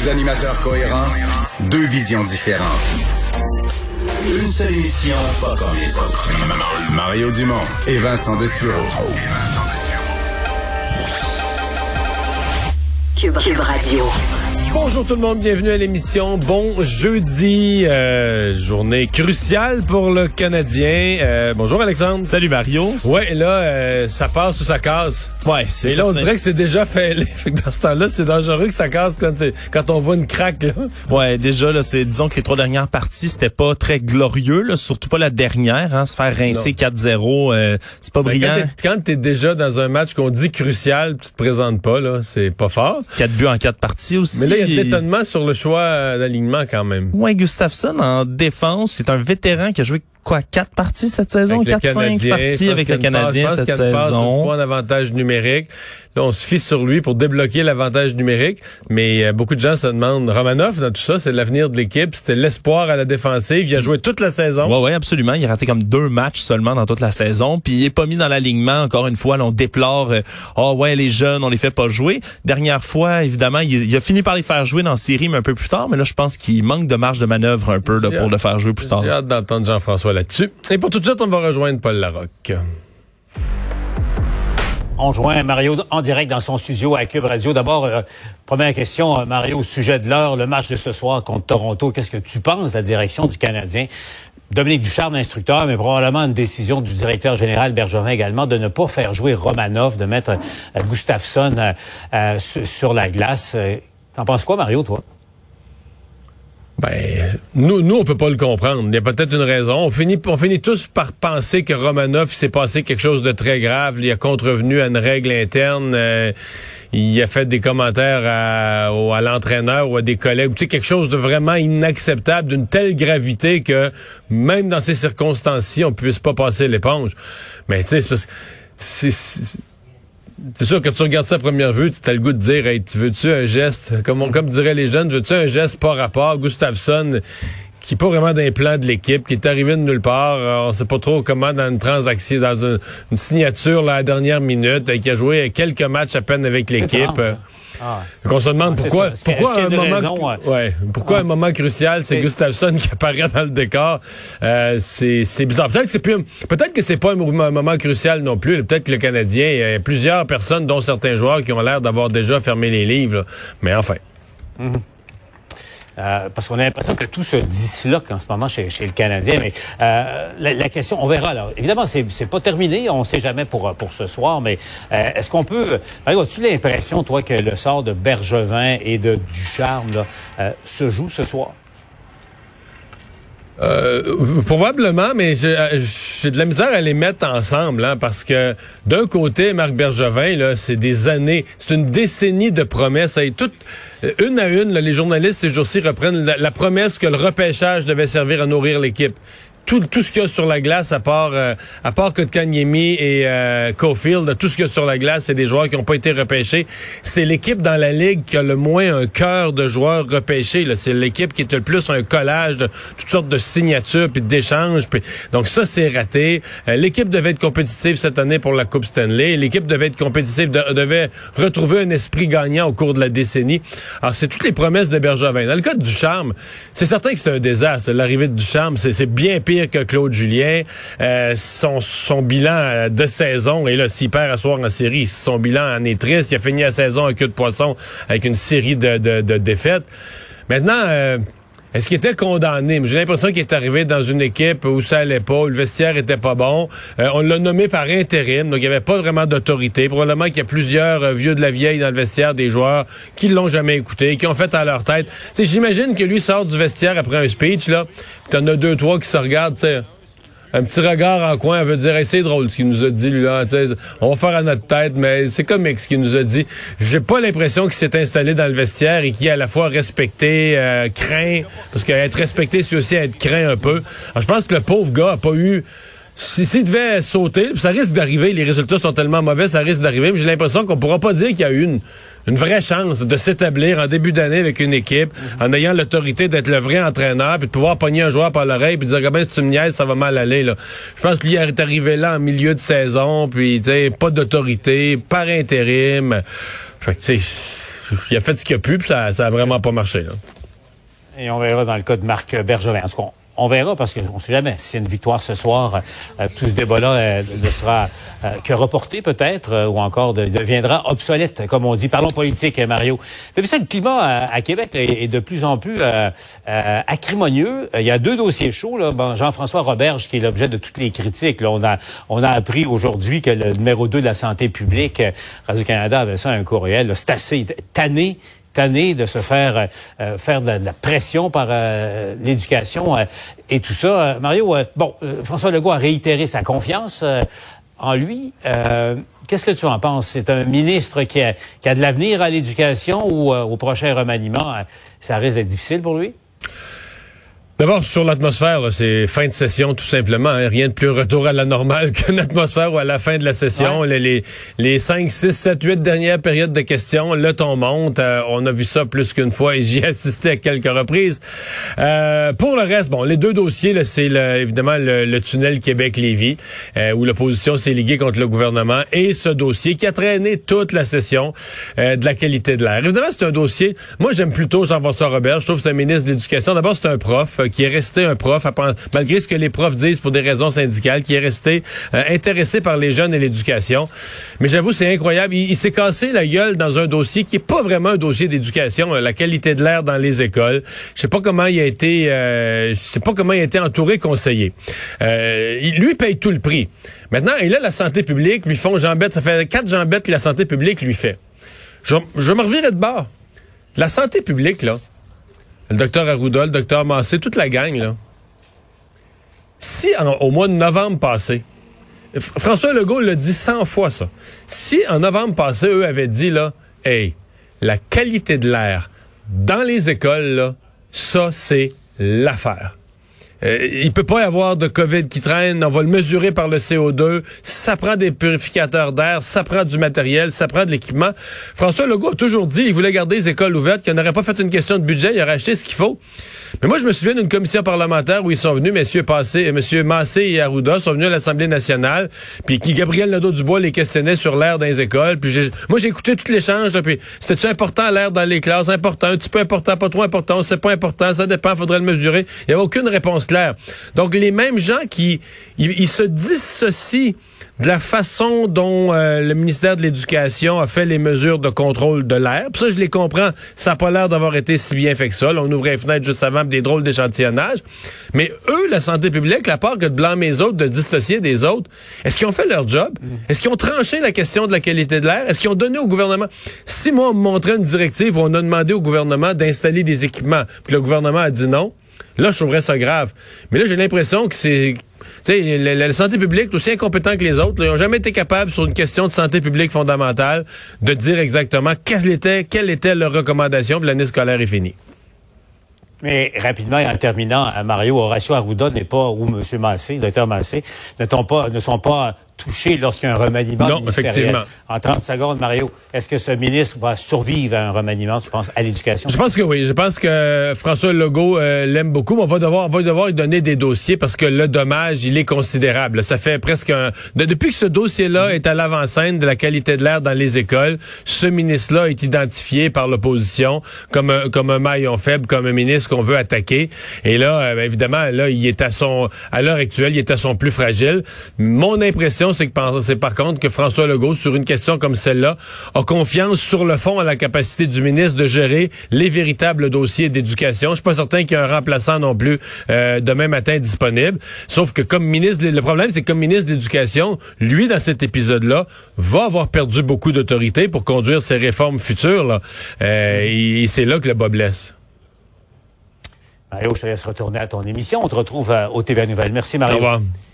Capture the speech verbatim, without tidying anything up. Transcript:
Deux animateurs cohérents, deux visions différentes. Une seule émission, pas comme les autres. Mario Dumont et Vincent Dessureau. Cube, Cube Radio. Bonjour tout le monde, bienvenue à l'émission. Bon jeudi, euh, journée cruciale pour le Canadien. Euh, bonjour Alexandre. Salut Mario. Ouais, là, euh, ça passe ou ça casse. Ouais, c'est Et là, on dirait que c'est déjà fait. Fait que dans ce temps-là, c'est dangereux que ça casse quand, quand on voit une craque, là. Ouais, déjà, là, c'est, disons que les trois dernières parties, c'était pas très glorieux, là, surtout pas la dernière, hein, se faire rincer non. quatre zéro, euh, c'est pas Mais brillant. Quand t'es, quand t'es déjà dans un match qu'on dit crucial, tu te présentes pas, là, c'est pas fort. Quatre buts en quatre parties aussi. Mais là, il y a de l'étonnement sur le choix d'alignement quand même. Ouais, Gustafsson en défense, c'est un vétéran qui a joué quoi, quatre parties cette saison, quatre, cinq parties avec le Canadien cette saison. Passe, une fois en avantage numérique. Là, on se fie sur lui pour débloquer l'avantage numérique. Mais euh, beaucoup de gens se demandent, Romanov, dans tout ça, c'est l'avenir de l'équipe. C'était l'espoir à la défensive. Il a joué toute la saison. Ouais, ouais, absolument. Il a raté comme deux matchs seulement dans toute la saison. Puis il est pas mis dans l'alignement. Encore une fois, là, on déplore, ah euh, oh, ouais, les jeunes, on les fait pas jouer. Dernière fois, évidemment, il, il a fini par les faire jouer dans la série, mais un peu plus tard. Mais là, je pense qu'il manque de marge de manœuvre un peu là, pour hâte, le faire jouer plus tard. J'ai hâte d'entendre Jean-François là-dessus. Et pour tout de suite, on va rejoindre Paul Larocque. On joint Mario en direct dans son studio à Cube Radio. D'abord, euh, première question, Mario, au sujet de l'heure, le match de ce soir contre Toronto. Qu'est-ce que tu penses de la direction du Canadien? Dominique Ducharme, l'instructeur, mais probablement une décision du directeur général Bergevin également de ne pas faire jouer Romanov, de mettre euh, Gustafsson euh, euh, sur la glace. Euh, t'en penses quoi, Mario, toi? Ben, nous, nous, on peut pas le comprendre. Il y a peut-être une raison. On finit, on finit tous par penser que Romanov, il s'est passé quelque chose de très grave. Il a contrevenu à une règle interne. Euh, il a fait des commentaires à, au, à l'entraîneur ou à des collègues. Tu sais, quelque chose de vraiment inacceptable, d'une telle gravité que même dans ces circonstances-ci, on puisse pas passer l'éponge. Mais tu sais, c'est parce que c'est, c'est c'est sûr que tu regardes ça à première vue, tu as le goût de dire, hey, tu veux-tu un geste, comme, on, comme diraient les jeunes, veux-tu un geste par rapport, Gustafsson, qui est pas vraiment dans les plans de l'équipe, qui est arrivé de nulle part, on sait pas trop comment dans une transaction, dans une, une signature là, à la dernière minute, qui a joué quelques matchs à peine avec l'équipe. Ah. Donc on se demande ah, pourquoi, pourquoi un moment, raison, ouais. Ouais, pourquoi ah. un moment crucial, c'est, c'est Gustafsson qui apparaît dans le décor. Euh, c'est, c'est bizarre. Peut-être que c'est plus, peut-être que c'est pas un, un moment crucial non plus. Peut-être que le Canadien, il y a plusieurs personnes, dont certains joueurs, qui ont l'air d'avoir déjà fermé les livres. Là. Mais enfin. Mm-hmm. Euh, parce qu'on a l'impression que tout se disloque en ce moment chez, chez le Canadien. Mais euh, la, la question, on verra. Alors, évidemment, c'est, c'est pas terminé. On ne sait jamais pour pour ce soir. Mais euh, est-ce qu'on peut... Mario, as-tu l'impression, toi, que le sort de Bergevin et de Ducharme là, euh, se joue ce soir? Euh, probablement, mais j'ai, j'ai de la misère à les mettre ensemble, hein, parce que d'un côté, Marc Bergevin, là, c'est des années, c'est une décennie de promesses. Et toutes, une à une, là, les journalistes ces jours-ci reprennent la, la promesse que le repêchage devait servir à nourrir l'équipe. Tout, tout ce qu'il y a sur la glace, à part euh, à part Kotkaniemi et euh, Caulfield, tout ce qu'il y a sur la glace, c'est des joueurs qui n'ont pas été repêchés. C'est l'équipe dans la Ligue qui a le moins un cœur de joueurs repêchés. Là. C'est l'équipe qui est le plus un collage de toutes sortes de signatures puis d'échanges. Puis... Donc ça, c'est raté. Euh, l'équipe devait être compétitive cette année pour la Coupe Stanley. L'équipe devait être compétitive, de, devait retrouver un esprit gagnant au cours de la décennie. Alors, c'est toutes les promesses de Bergevin. Dans le cas de Ducharme, c'est certain que c'est un désastre. L'arrivée de Ducharme, c'est, c'est bien pire que Claude Julien. Euh, son, son bilan de saison, et là, s'il perd à soir en série, son bilan en est triste. Il a fini la saison à queue de poisson avec une série de, de, de défaites. Maintenant, euh, est-ce qu'il était condamné? J'ai l'impression qu'il est arrivé dans une équipe où ça allait pas, où le vestiaire était pas bon. Euh, on l'a nommé par intérim, donc il n'y avait pas vraiment d'autorité. Probablement qu'il y a plusieurs euh, vieux de la vieille dans le vestiaire, des joueurs qui l'ont jamais écouté, qui ont fait à leur tête. T'sais, j'imagine que lui sort du vestiaire après un speech, là, pis t'en as deux, trois qui se regardent, tu sais. Un petit regard en coin, elle veut dire hey, c'est drôle ce qu'il nous a dit, lui, là. T'sais, on va faire à notre tête, mais c'est comique ce qu'il nous a dit. J'ai pas l'impression qu'il s'est installé dans le vestiaire et qu'il est à la fois respecté, euh, craint, parce qu'être respecté, c'est aussi être craint un peu. Alors, je pense que le pauvre gars a pas eu si, s'il devait sauter, ça risque d'arriver, les résultats sont tellement mauvais, ça risque d'arriver, mais j'ai l'impression qu'on pourra pas dire qu'il y a eu une, une vraie chance de s'établir en début d'année avec une équipe, mm-hmm. en ayant l'autorité d'être le vrai entraîneur, puis de pouvoir pogner un joueur par l'oreille, puis de dire, ben, si tu me niaises, ça va mal aller, là. Je pense qu'il est arrivé là en milieu de saison, puis, tu sais, pas d'autorité, par intérim. Fait que, tu sais, il a fait ce qu'il a pu, puis ça, ça a vraiment pas marché, là. Et on verra dans le cas de Marc Bergevin. En tout cas, on verra parce qu'on ne sait jamais. S'il y a une victoire ce soir, euh, tout ce débat-là euh, ne sera euh, que reporté peut-être euh, ou encore de, deviendra obsolète, comme on dit. Parlons politique, Mario. Vous avez vu ça, le climat à, à Québec là, est de plus en plus euh, euh, acrimonieux. Il y a deux dossiers chauds. Là. Bon, Jean-François Roberge, qui est l'objet de toutes les critiques. Là, on a on a appris aujourd'hui que le numéro deux de la santé publique, Radio-Canada avait ça un courriel. Là, c'est assez tanné. tanné de se faire euh, faire de la, de la pression par euh, l'éducation euh, et tout ça. Euh, Mario, euh, bon, euh, François Legault a réitéré sa confiance euh, en lui. Euh, qu'est-ce que tu en penses? C'est un ministre qui a, qui a de l'avenir à l'éducation ou euh, au prochain remaniement, euh, ça risque d'être difficile pour lui? D'abord, sur l'atmosphère, là, c'est fin de session tout simplement. Hein. Rien de plus retour à la normale qu'une atmosphère où à la fin de la session, ouais. les, les, les cinq, six, sept, huit dernières périodes de questions, le ton monte. Euh, on a vu ça plus qu'une fois et j'y ai assisté à quelques reprises. Euh, pour le reste, bon, les deux dossiers, là, c'est le, évidemment le, le tunnel Québec-Lévis, euh, où l'opposition s'est liguée contre le gouvernement, et ce dossier qui a traîné toute la session euh, de la qualité de l'air. Évidemment, c'est un dossier, moi j'aime plutôt Jean-François Robert, je trouve que c'est un ministre de l'Éducation. D'abord, c'est un prof qui est resté un prof, malgré ce que les profs disent pour des raisons syndicales, qui est resté euh, intéressé par les jeunes et l'éducation. Mais j'avoue, c'est incroyable. Il, il s'est cassé la gueule dans un dossier qui est pas vraiment un dossier d'éducation, euh, la qualité de l'air dans les écoles. Je sais pas comment il a été, euh, je sais pas comment il a été entouré, conseiller. Euh, il, lui paye tout le prix. Maintenant, et là, la santé publique lui font jambette. Ça fait quatre jambettes que la santé publique lui fait. Je, je me revirais de bord. La santé publique, là, le docteur Arruda, le docteur Massé, toute la gang, là. Si, en, au mois de novembre passé, François Legault l'a dit cent fois, ça. Si, en novembre passé, eux avaient dit, là, hey, la qualité de l'air dans les écoles, là, ça, c'est l'affaire. Euh, il peut pas y avoir de COVID qui traîne, on va le mesurer par le C O deux, ça prend des purificateurs d'air, ça prend du matériel, ça prend de l'équipement. François Legault a toujours dit, il voulait garder les écoles ouvertes, qu'il n'aurait pas fait une question de budget, il aurait acheté ce qu'il faut. Mais moi, je me souviens d'une commission parlementaire où ils sont venus, messieurs Passé, messieurs Massé et Arruda, sont venus à l'Assemblée nationale, puis qui Gabriel Nadeau-Dubois les questionnait sur l'air dans les écoles, puis j'ai, moi, j'ai écouté tout l'échange, là, puis c'était-tu important l'air dans les classes? Important, un petit peu important, pas trop important, c'est pas important, ça dépend, faudrait le mesurer. Il n'y avait aucune réponse claire. Donc, les mêmes gens qui, ils, ils se dissocient de la façon dont euh, le ministère de l'Éducation a fait les mesures de contrôle de l'air. Puis ça, je les comprends. Ça n'a pas l'air d'avoir été si bien fait que ça. Là, on ouvrait les fenêtres juste avant, des drôles d'échantillonnage. Mais eux, la santé publique, la part que de blâmer les autres, de dissocier des autres, est-ce qu'ils ont fait leur job? Est-ce qu'ils ont tranché la question de la qualité de l'air? Est-ce qu'ils ont donné au gouvernement... Si moi, on me montrait une directive où on a demandé au gouvernement d'installer des équipements, puis le gouvernement a dit non, là, je trouverais ça grave. Mais là, j'ai l'impression que c'est... Tu sais, la, la santé publique, aussi incompétent que les autres, là, ils n'ont jamais été capables, sur une question de santé publique fondamentale, de dire exactement quelle était, quelle était leur recommandation, puis l'année scolaire est finie. Mais rapidement et en terminant, Mario, Horacio Arruda n'est pas, ou M. Massé, docteur Massé, ne, pas, ne sont pas touchés lorsqu'il y a un remaniement non, ministériel. Effectivement. En trente secondes, Mario, est-ce que ce ministre va survivre à un remaniement, tu penses, à l'éducation? Je pense que oui. Je pense que François Legault euh, l'aime beaucoup, mais on va devoir, on va devoir lui donner des dossiers parce que le dommage, il est considérable. Ça fait presque un... De, depuis que ce dossier-là est à l'avant-scène de la qualité de l'air dans les écoles, ce ministre-là est identifié par l'opposition comme un, comme un maillon faible, comme un ministre qu'on veut attaquer. Et là, euh, évidemment, là, il est à son... À l'heure actuelle, il est à son plus fragile. Mon impression, c'est que c'est par contre que François Legault, sur une question comme celle-là, a confiance sur le fond à la capacité du ministre de gérer les véritables dossiers d'éducation. Je suis pas certain qu'il y ait un remplaçant non plus euh, demain matin disponible. Sauf que comme ministre, le problème, c'est que comme ministre de l'Éducation, lui, dans cet épisode-là, va avoir perdu beaucoup d'autorité pour conduire ses réformes futures. Là. Euh, et c'est là que le bas blesse. Mario, je te laisse retourner à ton émission. On te retrouve euh, au T V A Nouvelles. Merci, Mario. Au revoir.